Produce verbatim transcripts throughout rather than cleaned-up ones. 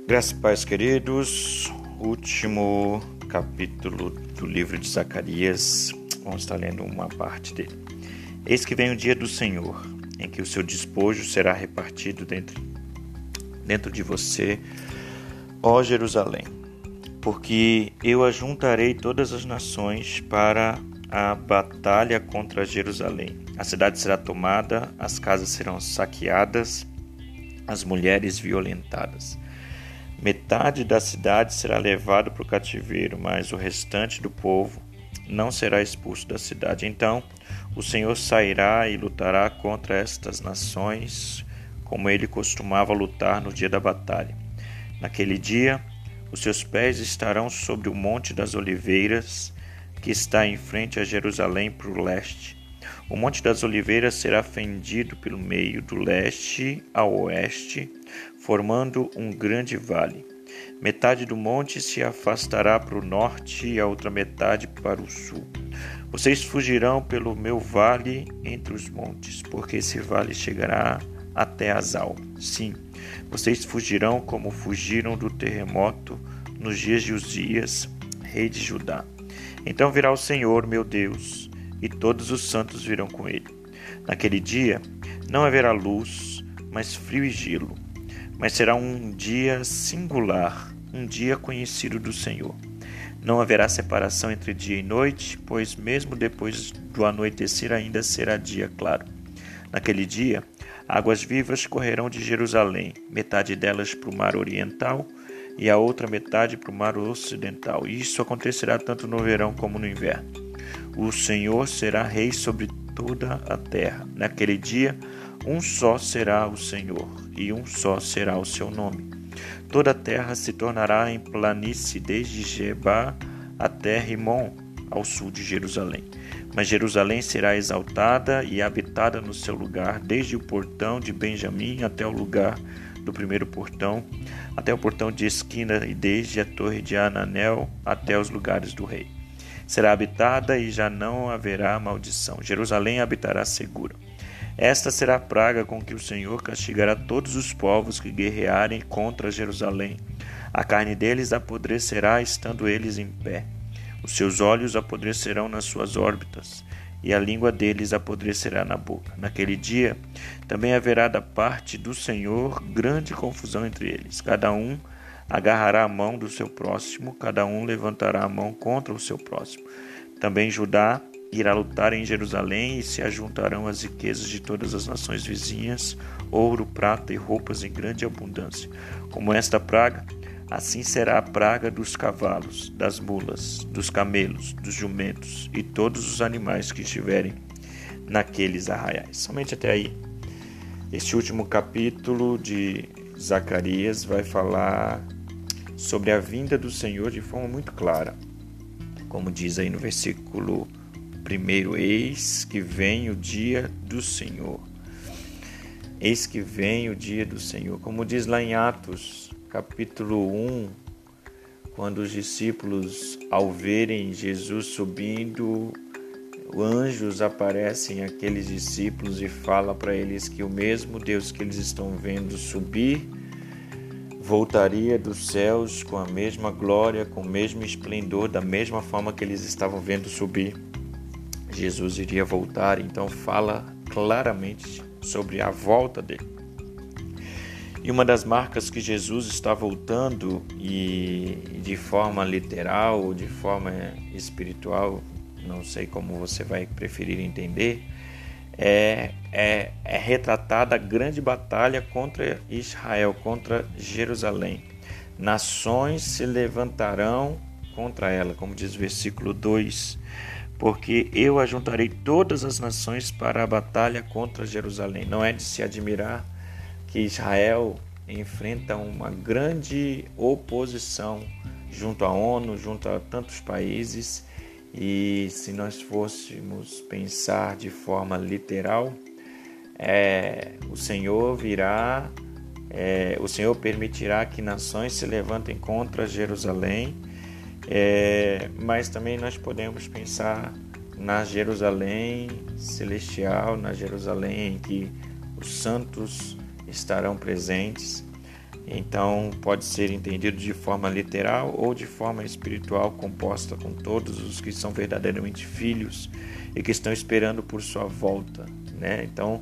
Graças e paz, queridos. Último capítulo do livro de Zacarias. Vamos estar lendo uma parte dele. Eis que vem o dia do Senhor, em que o seu despojo será repartido dentro, dentro de você, ó Jerusalém. Porque eu ajuntarei todas as nações para a batalha contra Jerusalém. A cidade será tomada, as casas serão saqueadas, as mulheres violentadas. Metade da cidade será levado para o cativeiro, mas o restante do povo não será expulso da cidade. Então o Senhor sairá e lutará contra estas nações, como ele costumava lutar no dia da batalha. Naquele dia, os seus pés estarão sobre o Monte das Oliveiras, que está em frente a Jerusalém para o leste. O Monte das Oliveiras será fendido pelo meio, do leste ao oeste, formando um grande vale. Metade do monte se afastará para o norte e a outra metade para o sul. Vocês fugirão pelo meu vale entre os montes, porque esse vale chegará até Azal. Sim, vocês fugirão como fugiram do terremoto nos dias de Uzias, rei de Judá. Então virá o Senhor, meu Deus, e todos os santos virão com ele. Naquele dia não haverá luz, mas frio e gelo. Mas será um dia singular, um dia conhecido do Senhor. Não haverá separação entre dia e noite, pois mesmo depois do anoitecer ainda será dia claro. Naquele dia, águas vivas correrão de Jerusalém, metade delas para o mar oriental e a outra metade para o mar ocidental. E isso acontecerá tanto no verão como no inverno. O Senhor será rei sobre toda a terra. Naquele dia, um só será o Senhor, e um só será o seu nome. Toda a terra se tornará em planície, desde Geba até Rimon, ao sul de Jerusalém. Mas Jerusalém será exaltada e habitada no seu lugar, desde o portão de Benjamim até o lugar do primeiro portão, até o portão de esquina, e desde a torre de Ananel até os lugares do rei. Será habitada e já não haverá maldição. Jerusalém habitará segura. Esta será a praga com que o Senhor castigará todos os povos que guerrearem contra Jerusalém. A carne deles apodrecerá, estando eles em pé. Os seus olhos apodrecerão nas suas órbitas, e a língua deles apodrecerá na boca. Naquele dia também haverá da parte do Senhor grande confusão entre eles. Cada um agarrará a mão do seu próximo, cada um levantará a mão contra o seu próximo. Também Judá irá lutar em Jerusalém, e se ajuntarão as riquezas de todas as nações vizinhas, ouro, prata e roupas em grande abundância. Como esta praga, assim será a praga dos cavalos, das mulas, dos camelos, dos jumentos e todos os animais que estiverem naqueles arraiais. Somente até aí. Este último capítulo de Zacarias vai falar sobre a vinda do Senhor de forma muito clara. Como diz aí no versículo primeiro, eis que vem o dia do Senhor. Eis que vem o dia do Senhor. Como diz lá em Atos, capítulo um, quando os discípulos, ao verem Jesus subindo, anjos aparecem àqueles discípulos e falam para eles que o mesmo Deus que eles estão vendo subir voltaria dos céus com a mesma glória, com o mesmo esplendor, da mesma forma que eles estavam vendo subir. Jesus iria voltar, então fala claramente sobre a volta dele. E uma das marcas que Jesus está voltando, e de forma literal ou de forma espiritual, não sei como você vai preferir entender, é, é, é retratada a grande batalha contra Israel, contra Jerusalém. Nações se levantarão contra ela, como diz o versículo dois, porque eu ajuntarei todas as nações para a batalha contra Jerusalém. Não é de se admirar que Israel enfrenta uma grande oposição junto à ONU, junto a tantos países, e se nós fôssemos pensar de forma literal, é, o Senhor virá, é, o Senhor permitirá que nações se levantem contra Jerusalém, é, mas também nós podemos pensar na Jerusalém celestial, na Jerusalém em que os santos estarão presentes, Então pode ser entendido de forma literal ou de forma espiritual, composta com todos os que são verdadeiramente filhos e que estão esperando por sua volta, né? Então,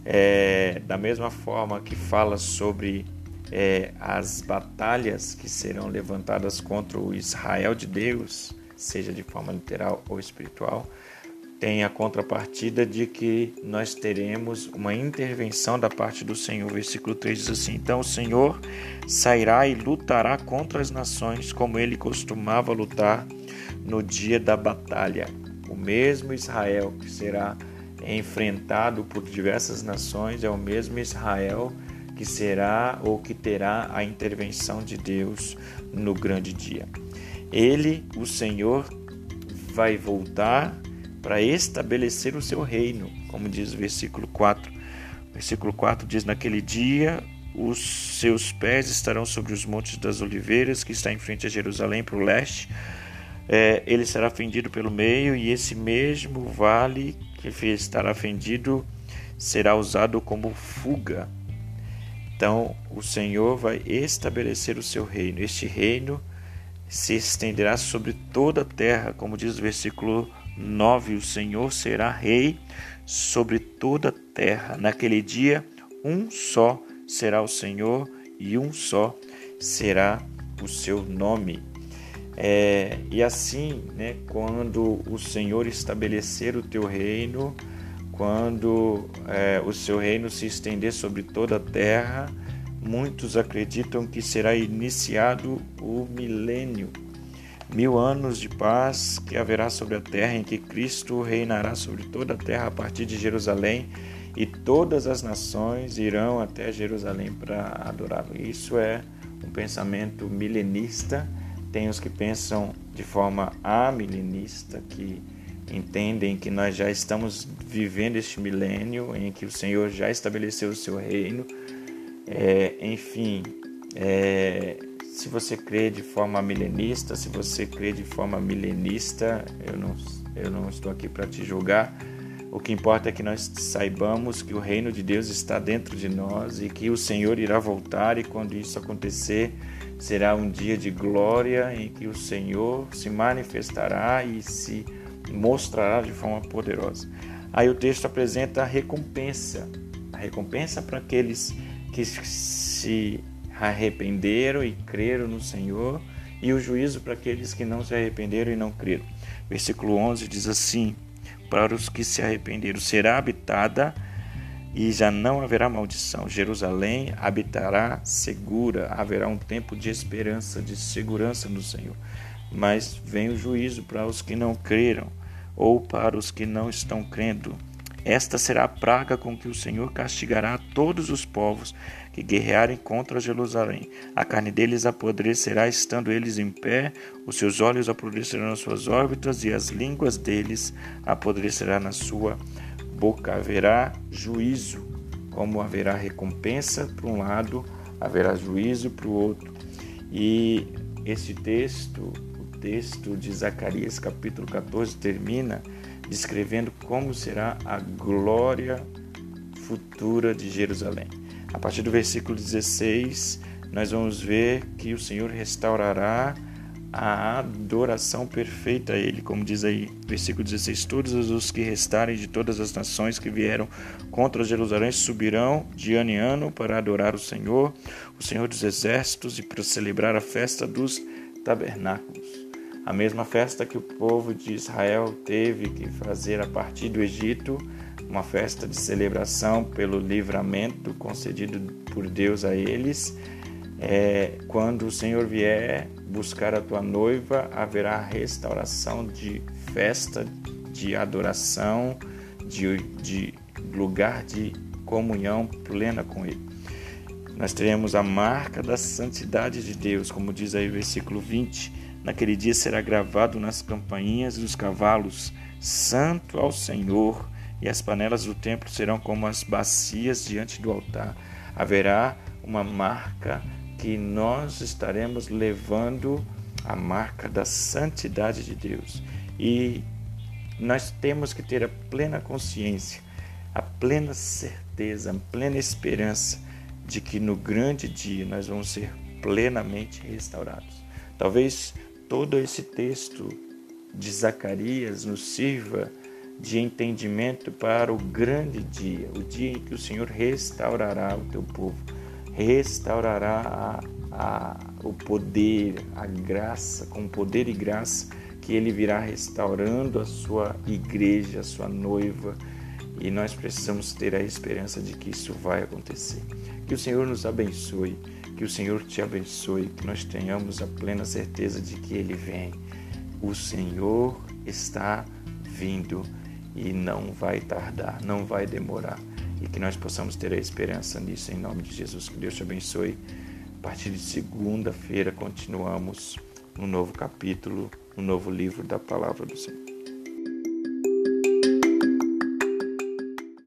é, da mesma forma que fala sobre é, as batalhas que serão levantadas contra o Israel de Deus, seja de forma literal ou espiritual, tem a contrapartida de que nós teremos uma intervenção da parte do Senhor. Versículo três diz assim: então o Senhor sairá e lutará contra as nações, como ele costumava lutar no dia da batalha. O mesmo Israel que será enfrentado por diversas nações é o mesmo Israel que será ou que terá a intervenção de Deus no grande dia. Ele, o Senhor, vai voltar para estabelecer o seu reino, como diz o versículo quatro. O versículo quatro diz: naquele dia os seus pés estarão sobre os montes das oliveiras, que está em frente a Jerusalém, para o leste. É, ele será fendido pelo meio, e esse mesmo vale que estará fendido será usado como fuga. Então o Senhor vai estabelecer o seu reino. Este reino se estenderá sobre toda a terra, como diz o versículo nove: o Senhor será rei sobre toda a terra. Naquele dia, um só será o Senhor e um só será o seu nome. É, e assim, né, quando o Senhor estabelecer o teu reino, quando é, o seu reino se estender sobre toda a terra, muitos acreditam que será iniciado o milênio. Mil anos de paz que haverá sobre a terra, em que Cristo reinará sobre toda a terra a partir de Jerusalém, e todas as nações irão até Jerusalém para adorá-lo. Isso é um pensamento milenista. Tem os que pensam de forma amilenista, que entendem que nós já estamos vivendo este milênio, em que o Senhor já estabeleceu o seu reino. É, enfim, é, se você crê de forma milenista, se você crê de forma milenista, eu não, eu não estou aqui para te julgar. O que importa é que nós saibamos que o reino de Deus está dentro de nós e que o Senhor irá voltar, e quando isso acontecer, será um dia de glória em que o Senhor se manifestará e se mostrará de forma poderosa. Aí o texto apresenta a recompensa, a recompensa para aqueles que se arrependeram e creram no Senhor, e o juízo para aqueles que não se arrependeram e não creram. Versículo onze diz assim: para os que se arrependeram será habitada e já não haverá maldição. Jerusalém habitará segura, haverá um tempo de esperança, de segurança no Senhor. Mas vem o juízo para os que não creram, ou para os que não estão crendo. Esta será a praga com que o Senhor castigará todos os povos que guerrearem contra Jerusalém. A carne deles apodrecerá estando eles em pé, os seus olhos apodrecerão nas suas órbitas, e as línguas deles apodrecerá na sua boca. Haverá juízo, como haverá recompensa para um lado, haverá juízo para o outro. E esse texto, o texto de Zacarias capítulo catorze, termina descrevendo como será a glória futura de Jerusalém. A partir do versículo dezesseis, nós vamos ver que o Senhor restaurará a adoração perfeita a Ele, como diz aí, versículo dezesseis: todos os que restarem de todas as nações que vieram contra Jerusalém subirão de ano em ano para adorar o Senhor, o Senhor dos exércitos, e para celebrar a festa dos tabernáculos. A mesma festa que o povo de Israel teve que fazer a partir do Egito, uma festa de celebração pelo livramento concedido por Deus a eles. É, quando o Senhor vier buscar a tua noiva, haverá restauração de festa, de adoração, de, de lugar de comunhão plena com Ele. Nós teremos a marca da santidade de Deus, como diz aí o versículo vinte. Naquele dia será gravado nas campainhas dos cavalos: Santo ao Senhor, e as panelas do templo serão como as bacias diante do altar. Haverá uma marca que nós estaremos levando, a marca da santidade de Deus. E nós temos que ter a plena consciência, a plena certeza, a plena esperança de que no grande dia nós vamos ser plenamente restaurados. Talvez todo esse texto de Zacarias nos sirva de entendimento para o grande dia, o dia em que o Senhor restaurará o teu povo, restaurará a, a, o poder, a graça, com poder e graça, que Ele virá restaurando a sua igreja, a sua noiva, e nós precisamos ter a esperança de que isso vai acontecer. Que o Senhor nos abençoe, que o Senhor te abençoe, que nós tenhamos a plena certeza de que Ele vem. O Senhor está vindo e não vai tardar, não vai demorar. E que nós possamos ter a esperança nisso, em nome de Jesus. Que Deus te abençoe. A partir de segunda-feira continuamos no novo capítulo, no novo livro da Palavra do Senhor.